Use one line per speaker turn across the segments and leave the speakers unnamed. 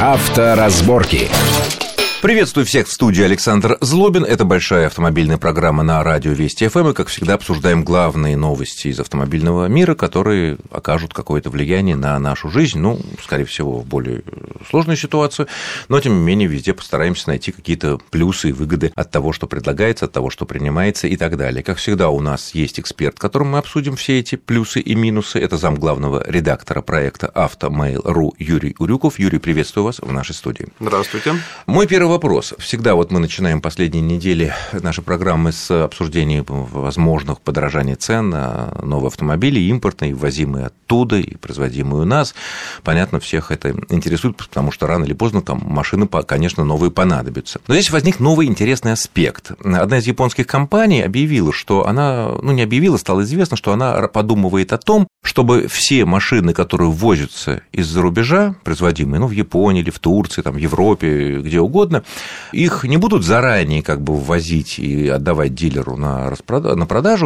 Авторазборки.
Приветствую всех в студии, Александр Злобин. Это большая автомобильная программа на радио Вести ФМ. И, как всегда, обсуждаем главные новости из автомобильного мира, которые окажут какое-то влияние на нашу жизнь. Ну, скорее всего, в более сложную ситуацию. Но, тем не менее, везде постараемся найти какие-то плюсы и выгоды от того, что предлагается, от того, что принимается и так далее. Как всегда, у нас есть эксперт, которым мы обсудим все эти плюсы и минусы. Это замглавного редактора проекта «Автомейл.ру» Юрий Урюков. Юрий, приветствую вас в нашей студии.
Здравствуйте.
Мой первый вопрос. Всегда вот мы начинаем последние недели нашей программы с обсуждения возможных подорожаний цен на новые автомобили, импортные, ввозимые оттуда и производимые у нас. Понятно, всех это интересует, потому что рано или поздно там машины, конечно, новые понадобятся. Но здесь возник новый интересный аспект. Одна из японских компаний объявила, что она, не объявила, стало известно, что она подумывает о том, чтобы все машины, которые ввозятся из-за рубежа, производимые, в Японии или в Турции, там, в Европе, где угодно, их не будут заранее ввозить и отдавать дилеру на продажу,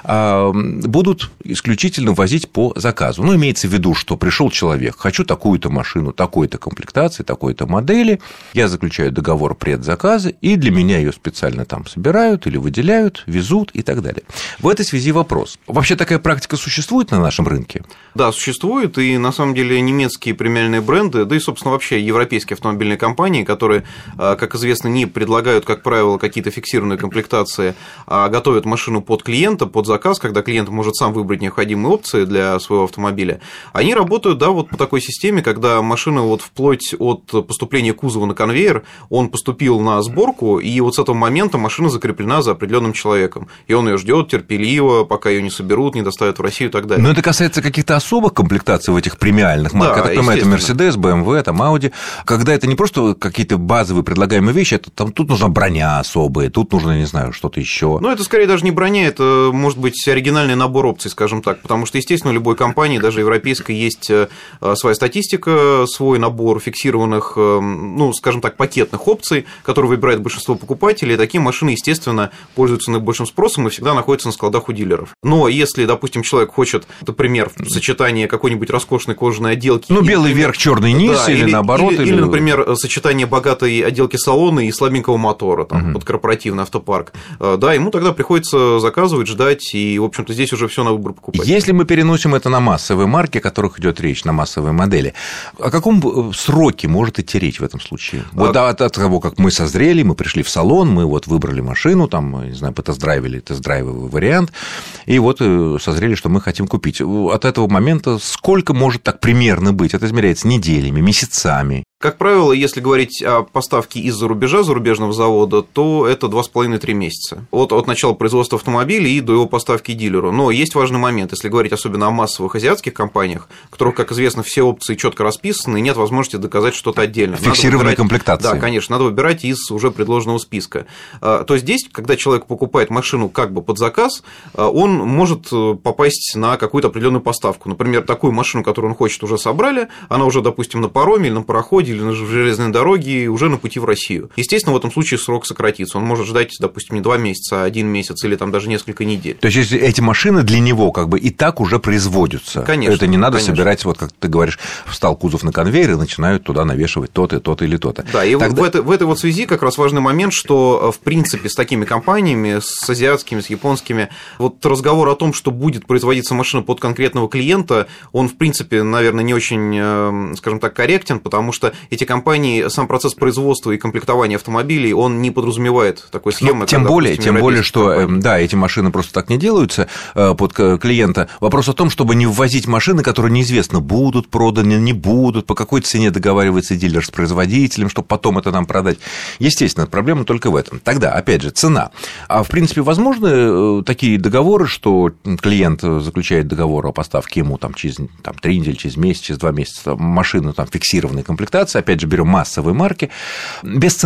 а будут исключительно возить по заказу. Имеется в виду, что пришел человек, хочу такую-то машину, такой-то комплектации, такой-то модели, я заключаю договор предзаказа, и для меня ее специально там собирают или выделяют, везут и так далее. В этой связи вопрос. Вообще такая практика существует на нашем рынке?
Да, существует, и на самом деле немецкие премиальные бренды, да и, собственно, вообще европейские автомобильные компании, которые, как известно, не предлагают, как правило, какие-то фиксированные комплектации, а готовят машину под клиента, под заказ, когда клиент может сам выбрать необходимые опции для своего автомобиля, они работают, да, вот по такой системе, когда машина вот вплоть от поступления кузова на конвейер, он поступил на сборку, и вот с этого момента машина закреплена за определенным человеком, и он ее ждет терпеливо, пока ее не соберут, не доставят в Россию и так далее.
Но это касается каких-то особых комплектаций в этих премиальных марках, да, я так понимаю, это Mercedes, BMW, там Audi, когда это не просто какие-то базовые предлагаемые вещи, это там тут нужна броня особая, тут нужно, не знаю, что-то еще.
Это скорее даже не броня, это может быть оригинальный набор опций, скажем так, потому что, естественно, у любой компании, даже европейской, есть своя статистика, свой набор фиксированных, скажем так, пакетных опций, которые выбирает большинство покупателей, и такие машины, естественно, пользуются наибольшим спросом и всегда находятся на складах у дилеров. Но если, допустим, человек хочет, например, сочетание какой-нибудь роскошной кожаной отделки...
белый верх, черный низ, да, или наоборот...
Или, например, сочетание богатой отделки салона и слабенького мотора, под корпоративный автопарк, да, ему тогда приходится заказывать, ждать, и, в общем-то, здесь уже все на выбор покупать.
Если мы переносим это на массовые марки, о которых идет речь, на массовые модели, о каком сроке может идти речь в этом случае? От того, как мы созрели, мы пришли в салон, мы выбрали машину, потест-драйвили тест-драйвовый вариант, и созрели, что мы хотим купить. От этого момента сколько может так примерно быть? Это измеряется неделями, месяцами?
Как правило, если говорить о поставке из-за рубежа, зарубежного завода, то это 2,5-3 месяца. От начала производства автомобиля и до его поставки дилеру. Но есть важный момент, если говорить особенно о массовых азиатских компаниях, у которых, как известно, все опции четко расписаны, и нет возможности доказать что-то отдельно.
Фиксированные комплектации.
Да, конечно, надо выбирать из уже предложенного списка. То есть здесь, когда человек покупает машину под заказ, он может попасть на какую-то определенную поставку. Например, такую машину, которую он хочет, уже собрали, она уже, допустим, на пароме или на пароходе, или на железной дороге, уже на пути в Россию. Естественно, в этом случае срок сократится. Он может ждать, допустим, не 2 месяца, а 1 месяц или даже несколько недель.
То есть эти машины для него и так уже производятся.
Конечно.
Это не надо собирать, как ты говоришь, встал кузов на конвейер и начинают туда навешивать то-то, то-то или то-то.
Да, и в этой связи как раз важный момент, что, в принципе, с такими компаниями, с азиатскими, с японскими, разговор о том, что будет производиться машина под конкретного клиента, он, в принципе, наверное, не очень, скажем так, корректен, потому что эти компании, сам процесс производства и комплектования автомобилей, он не подразумевает такой схемы.
Тем более, что эти машины просто так не делаются под клиента. Вопрос о том, чтобы не ввозить машины, которые неизвестно, будут проданы, не будут, по какой цене договаривается дилер с производителем, чтобы потом это нам продать. Естественно, проблема только в этом. Тогда, опять же, цена. А в принципе, возможны такие договоры, что клиент заключает договор о поставке ему через 3 недели, через месяц, через 2 месяца машины фиксированной комплектации, опять же, берем массовые марки, без цены.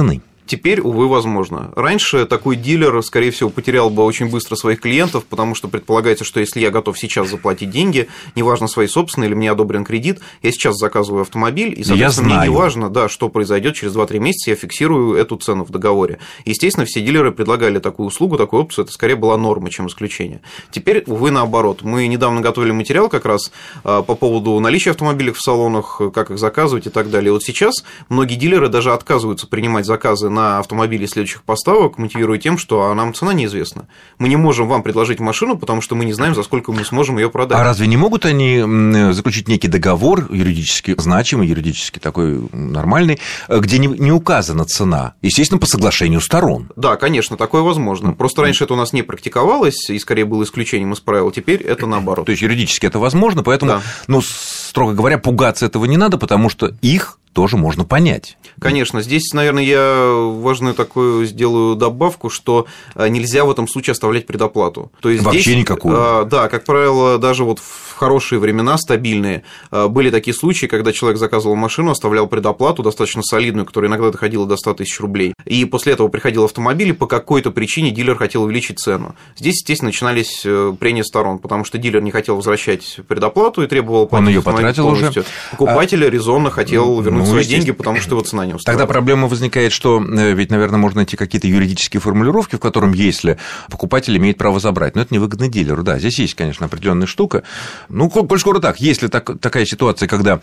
Теперь, увы, возможно. Раньше такой дилер, скорее всего, потерял бы очень быстро своих клиентов, потому что предполагается, что если я готов сейчас заплатить деньги, неважно, свои собственные или мне одобрен кредит, я сейчас заказываю автомобиль, и, соответственно, мне не важно, да, что произойдет через 2-3 месяца, я фиксирую эту цену в договоре. Естественно, все дилеры предлагали такую услугу, такую опцию, это скорее была норма, чем исключение. Теперь, увы, наоборот. Мы недавно готовили материал как раз по поводу наличия автомобилей в салонах, как их заказывать и так далее. Вот сейчас многие дилеры даже отказываются принимать заказы на автомобили следующих поставок, мотивируя тем, что нам цена неизвестна. Мы не можем вам предложить машину, потому что мы не знаем, за сколько мы сможем ее продать.
А разве не могут они заключить некий договор юридически значимый, юридически такой нормальный, где не указана цена, естественно, по соглашению сторон?
Да, конечно, такое возможно. Просто раньше это у нас не практиковалось, и скорее было исключением из правил, теперь это наоборот.
То есть юридически это возможно, поэтому, да. Строго говоря, пугаться этого не надо, потому что их тоже можно понять.
Конечно, здесь, наверное, я важную такую сделаю добавку, что нельзя в этом случае оставлять предоплату. То есть
вообще
здесь,
никакую.
Да, как правило, даже вот в хорошие времена, стабильные, были такие случаи, когда человек заказывал машину, оставлял предоплату достаточно солидную, которая иногда доходила до 100 тысяч рублей, и после этого приходил автомобиль, и по какой-то причине дилер хотел увеличить цену. Здесь, естественно, начинались прения сторон, потому что дилер не хотел возвращать предоплату и требовал платить.
Он ее потратил полностью.
Уже. Покупатель резонно хотел вернуть свои деньги, потому что его цена не устраивала.
Тогда проблема возникает, что ведь, наверное, можно найти какие-то юридические формулировки, в котором, если покупатель имеет право забрать, но это невыгодно дилеру. Да, здесь есть, конечно, определенная штука. Коль скоро так, если такая ситуация, когда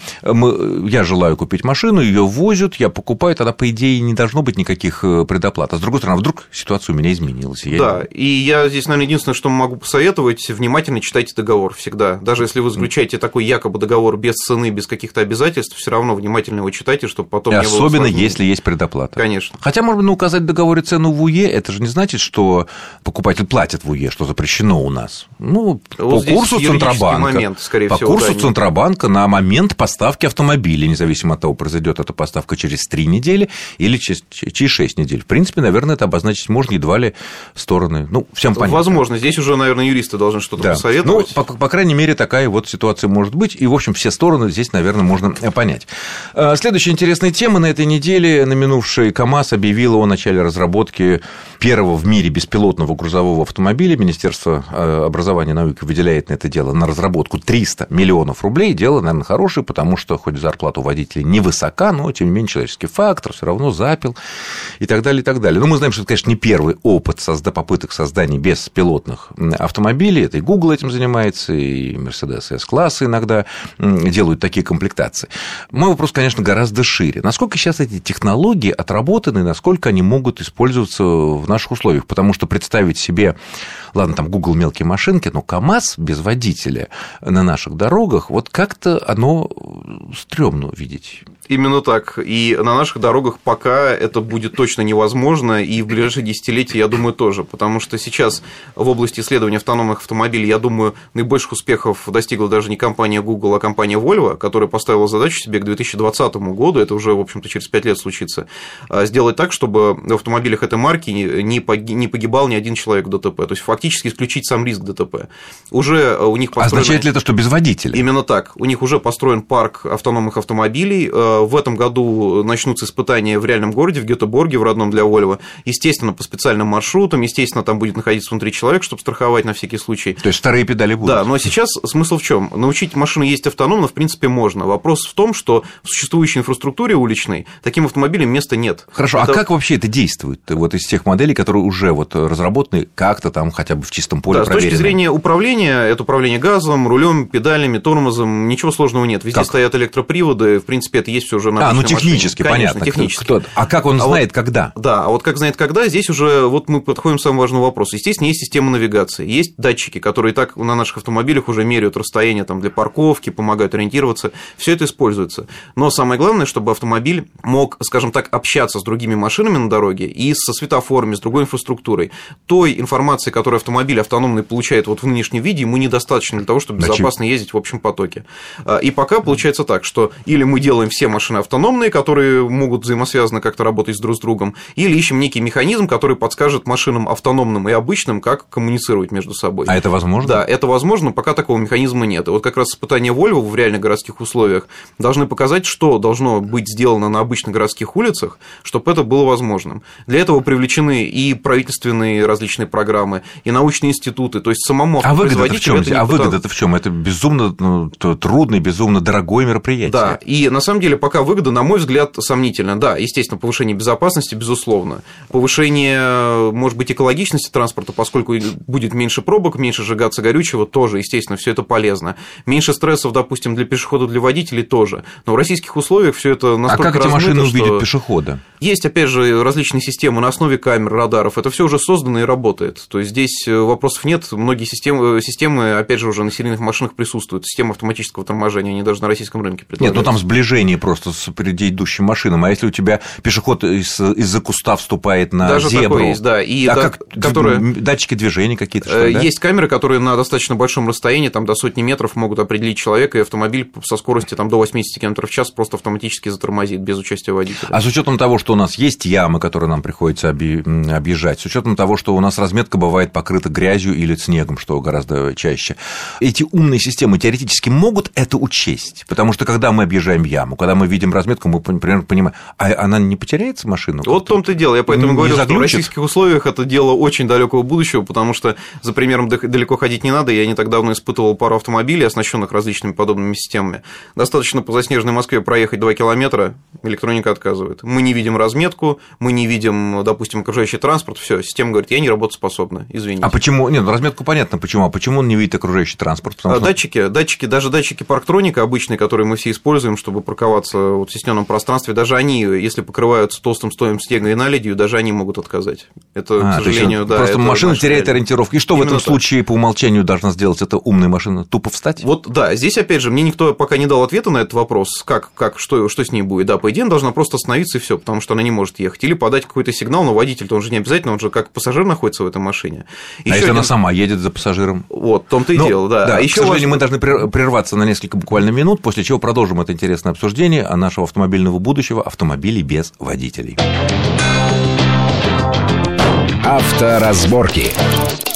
я желаю купить машину, ее возят, я покупаю, тогда, по идее, не должно быть никаких предоплат. А с другой стороны, вдруг ситуация у меня изменилась.
И я здесь, наверное, единственное, что могу посоветовать, внимательно читайте договор всегда. Даже если вы заключаете такой якобы договор без цены, без каких-то обязательств, все равно внимательно его читайте, чтобы потом не было
особенно если есть предоплата.
Конечно.
Хотя, может быть, указать в договоре цену в УЕ, это же не значит, что покупатель платит в УЕ, что запрещено у нас. По курсу Центробанка.
Момент,
по курсу Центробанка на момент поставки автомобиля, независимо от того, произойдет эта поставка через 3 недели или через 6 недель. В принципе, наверное, это обозначить можно едва ли стороны. Всем понятно.
Возможно, здесь уже, наверное, юристы должны что-то посоветовать.
По крайней мере, такая вот ситуация может быть. И, в общем, все стороны здесь, наверное, можно понять. Следующая интересная тема на этой неделе. На минувшей КАМАЗ объявила о начале разработки первого в мире беспилотного грузового автомобиля. Министерство образования и науки выделяет на это дело, на разработку 300 миллионов рублей. Дело, наверное, хорошее, потому что хоть зарплата у водителей невысока, но, тем не менее, человеческий фактор все равно запил и так далее, и так далее. Мы знаем, что это, конечно, не первый опыт попыток создания беспилотных автомобилей. Это и Google этим занимается, и Mercedes S-классы иногда делают такие комплектации. Мой вопрос, конечно, гораздо шире. Насколько сейчас эти технологии отработаны, насколько они могут использоваться в наших условиях? Потому что представить себе, ладно, там Google мелкие машинки, но КАМАЗ без водителя на наших дорогах, вот как-то оно стрёмно увидеть.
Именно так. И на наших дорогах пока это будет точно невозможно, и в ближайшие десятилетия, я думаю, тоже. Потому что сейчас в области исследования автономных автомобилей, я думаю, наибольших успехов достигла даже не компания Google, а компания Volvo, которая поставила задачу себе к 2020 году, это уже, в общем-то, через 5 лет случится, сделать так, чтобы в автомобилях этой марки не погибал ни один человек в ДТП. То есть, фактически исключить сам риск ДТП. Уже у них построено...
Означает ли это, что без водителя?
Именно так. У них уже построен парк автономных автомобилей. В этом году начнутся испытания в реальном городе, в Гетеборге, в родном для Volvo. Естественно, по специальным маршрутам, естественно, там будет находиться внутри человек, чтобы страховать на всякий случай.
То есть вторые педали будут.
Да, но сейчас смысл в чем? Научить машину ездить автономно, в принципе, можно. Вопрос в том, что в существующей инфраструктуре уличной таким автомобилям места нет.
Хорошо, а как вообще это действует? Вот из тех моделей, которые уже разработаны, как-то там хотя бы в чистом поле проверены?
С точки зрения управления, это управление газом, рулем, педалями, тормозом, ничего сложного нет. Везде стоят электроприводы, в принципе, это есть все уже на обычной
технически,
машине.
Понятно.
Конечно, технически.
А как он знает, когда?
Да, а вот как знает, когда, здесь уже мы подходим к самому важному вопросу. Естественно, есть система навигации, есть датчики, которые так на наших автомобилях уже меряют расстояние для парковки, помогают ориентироваться, все это используется. Но самое главное, чтобы автомобиль мог, скажем так, общаться с другими машинами на дороге и со светофорами, с другой инфраструктурой. Той информации, которую автомобиль автономный получает в нынешнем виде, ему недостаточно для того, чтобы безопасно ездить в общем потоке. И пока получается так, что или мы делаем все машины автономные, которые могут взаимосвязанно как-то работать друг с другом, или ищем некий механизм, который подскажет машинам автономным и обычным, как коммуницировать между собой.
А это возможно?
Да, это возможно, пока такого механизма нет. И вот как раз испытания Volvo в реальных городских условиях должны показать, что должно быть сделано на обычных городских улицах, чтобы это было возможным. Для этого привлечены и правительственные различные программы, и научные институты, то есть самому
автопроизводителю. А выгода-то в чем? Это безумно трудное, безумно дорогое мероприятие.
Да, и на самом деле пока выгода, на мой взгляд, сомнительна. Да, естественно, повышение безопасности, безусловно. Повышение, может быть, экологичности транспорта, поскольку будет меньше пробок, меньше сжигаться горючего, тоже, естественно, все это полезно. Меньше стрессов, допустим, для пешеходов, для водителей тоже. Но в российских условиях все это настолько
как эти машины увидят пешехода?
Есть, опять же, различные системы на основе камер, радаров. Это все уже создано и работает. То есть здесь вопросов нет. Многие системы, опять же, уже на серийных машинах присутствуют. Система автоматического торможения, они даже на российском рынке предлагаются.
Нет, ну там сближение просто с впереди идущим машинам. А если у тебя пешеход из-за куста вступает на
даже
зебру?
Такое есть, да. И
датчики движения какие-то, что ли, да?
Есть камеры, которые на достаточно большом расстоянии, там до сотни метров, могут определить человека, и автомобиль со скоростью там, до 80 км в час просто автоматически затормозит без участия водителя.
А с учетом того, что у нас есть ямы, которые нам приходится объезжать, с учетом того, что у нас разметка бывает покрыта грязью или снегом, что гораздо чаще, эти умные системы теоретически могут это учесть? Потому что когда мы объезжаем яму, когда мы видим разметку, мы примерно понимаем, а она не потеряется, машина?
Вот в том-то и дело. Я поэтому говорю, что в российских условиях это дело очень далекого будущего, потому что за примером далеко ходить не надо. Я не так давно испытывал пару автомобилей, оснащенных различными подобными системами. Достаточно по заснеженной Москве проехать 2 километра, электроника отказывает. Мы не видим разметку, мы не видим, допустим, окружающий транспорт, все, система говорит, я не работоспособна, извините.
А почему? Нет, разметку понятно, почему. А почему он не видит окружающий транспорт?
Датчики, даже датчики парктроника обычные, которые мы все используем, чтобы парковаться в стесненном пространстве, даже они, если покрываются толстым слоем снега и наледью, даже они могут отказать. Это, к сожалению, да.
Просто машина теряет ориентировку. И что
именно
в этом случае по умолчанию должна сделать эта умная машина? Тупо встать?
Вот, да, здесь, опять же, мне никто пока не дал ответа на этот вопрос, что с ней будет. Да, по идее, она должна просто остановиться и все, потому что она не может ехать. Или подать какой-то сигнал, но водитель-то он же не обязательно, он же как пассажир находится в этой машине.
Если она сама едет за пассажиром?
Вот, в том-то и дело, да.
Да, к сожалению, мы должны прерваться на несколько буквально минут, после чего продолжим это интересное обсуждение нашего автомобильного будущего, автомобилей без водителей.
Авторазборки.